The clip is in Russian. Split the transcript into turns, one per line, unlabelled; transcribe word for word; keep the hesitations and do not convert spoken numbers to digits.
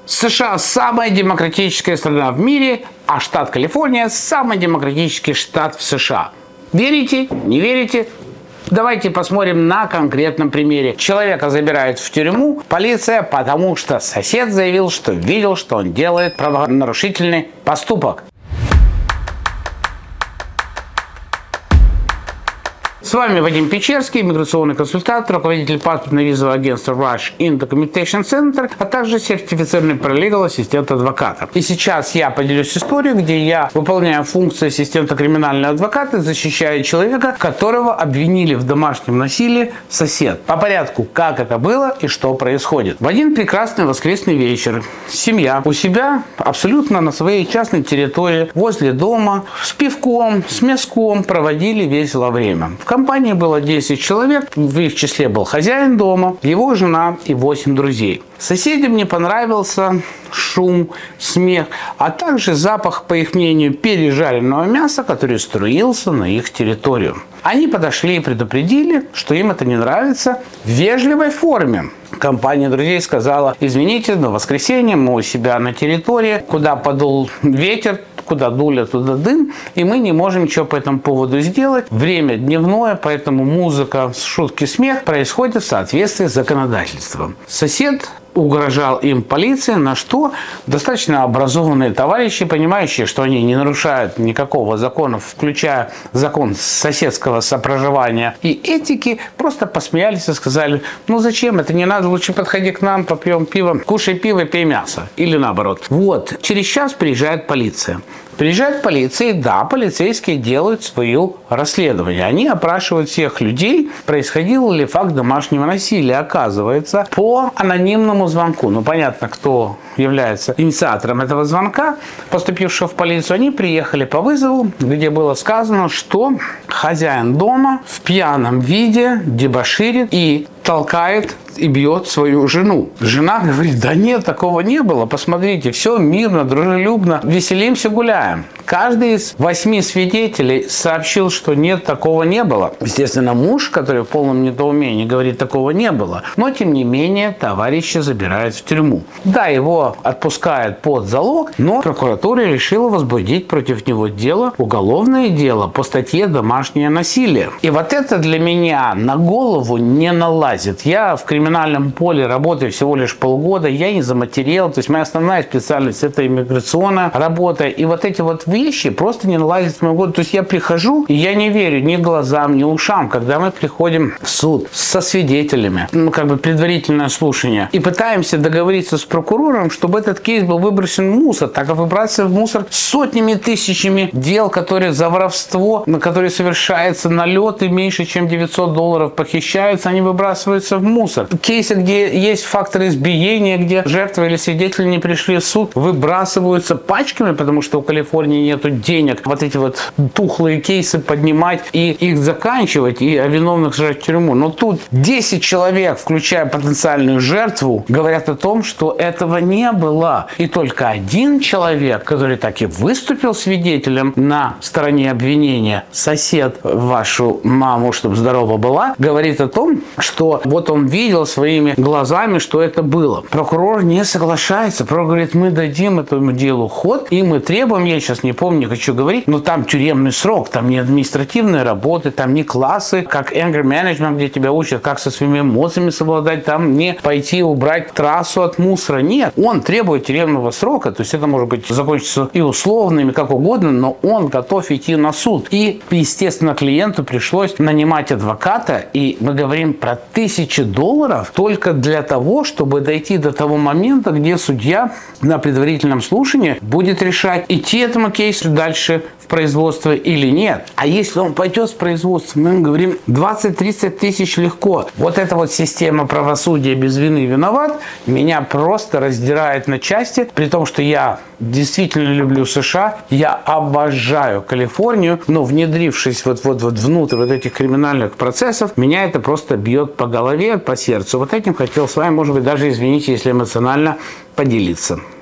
США – самая демократическая страна в мире, а штат Калифорния – самый демократический штат в США. Верите? Не верите? Давайте посмотрим на конкретном примере. Человека забирают в тюрьму полиция, потому что сосед заявил, что видел, что он делает правонарушительный поступок. С вами Вадим Печерский, миграционный консультант, руководитель паспортно-визового агентства Rush In Documentation Center, а также сертифицированный паралегал, ассистент адвоката. И сейчас я поделюсь историей, где я выполняю функции ассистента криминального адвоката, защищая человека, которого обвинили в домашнем насилии сосед. По порядку, как это было и что происходит. В один прекрасный воскресный вечер семья у себя абсолютно на своей частной территории, возле дома, с пивком, с мяском проводили весело время. В компании было десять человек, в их числе был хозяин дома, его жена и восемь друзей. Соседям не понравился шум, смех, а также запах, по их мнению, пережаренного мяса, который струился на их территорию. Они подошли и предупредили, что им это не нравится, в вежливой форме. Компания друзей сказала: извините, но в воскресенье мы у себя на территории, куда подул ветер, куда дули, туда дым, и мы не можем ничего по этому поводу сделать. Время дневное, поэтому музыка, шутки, смех происходят в соответствии с законодательством. Сосед угрожал им полиции, на что достаточно образованные товарищи, понимающие, что они не нарушают никакого закона, включая закон соседского сопроживания и этики, просто посмеялись и сказали: ну зачем, это не надо, лучше подходи к нам, попьем пиво, кушай пиво, пей мясо. Или наоборот. Вот, через час приезжает полиция. Приезжает полиция, и да, полицейские делают свое расследование. Они опрашивают всех людей, происходил ли факт домашнего насилия. Оказывается, по анонимному звонку, ну понятно, кто является инициатором этого звонка, поступившего в полицию, они приехали по вызову, где было сказано, что хозяин дома в пьяном виде дебоширит и толкает и бьет свою жену. Жена говорит: да нет, такого не было, посмотрите, все мирно, дружелюбно, веселимся, гуляем. Каждый из восьми свидетелей сообщил, что нет, такого не было. Естественно, муж, который в полном недоумении, говорит: такого не было. Но, тем не менее, товарища забирают в тюрьму. Да, его отпускают под залог, но прокуратура решила возбудить против него дело, уголовное дело по статье «Домашнее насилие». И вот это для меня на голову не налазит. Я в криминальном поле работаю всего лишь полгода, я не заматерел, то есть моя основная специальность — это иммиграционная работа. И вот эти вот вещи просто не налазят в мою голову. То есть я прихожу, и я не верю ни глазам, ни ушам, когда мы приходим в суд со свидетелями, ну, как бы предварительное слушание, и пытаемся договориться с прокурором, чтобы этот кейс был выброшен в мусор. Так как выбрасывается в мусор сотнями, тысячами дел, которые за воровство, на которые совершается налеты меньше, чем девятьсот долларов, похищаются, они выбрасываются в мусор. Кейсы, где есть факторы избиения, где жертва или свидетели не пришли в суд, выбрасываются пачками, потому что у Калифорнии нету денег вот эти вот тухлые кейсы поднимать и их заканчивать, и виновных сажать в тюрьму. Но тут десять человек, включая потенциальную жертву, говорят о том, что этого не было. И только один человек, который так и выступил свидетелем на стороне обвинения, сосед вашу маму, чтобы здорова была, говорит о том, что вот он видел своими глазами, что это было. Прокурор не соглашается. Прокурор говорит: мы дадим этому делу ход, и мы требуем, я сейчас не помню, не хочу говорить, но там тюремный срок, там не административные работы, там не классы, как anger management, где тебя учат, как со своими эмоциями совладать, там не пойти убрать трассу от мусора. Нет, он требует тюремного срока, то есть это может быть закончиться и условными, как угодно, но он готов идти на суд. И, естественно, клиенту пришлось нанимать адвоката, и мы говорим про тысячи долларов только для того, чтобы дойти до того момента, где судья на предварительном слушании будет решать, идти этому кейсу дальше в производство или нет. А если он пойдет в производство, мы говорим двадцать-тридцать тысяч легко. Вот эта вот система правосудия без вины виноват меня просто раздирает на части, при том, что я действительно люблю США, я обожаю Калифорнию, но внедрившись вот, вот, вот внутрь вот этих криминальных процессов, меня это просто бьет по голове, по сердцу. Вот этим хотел с вами, может быть, даже, извините, если эмоционально, поделиться.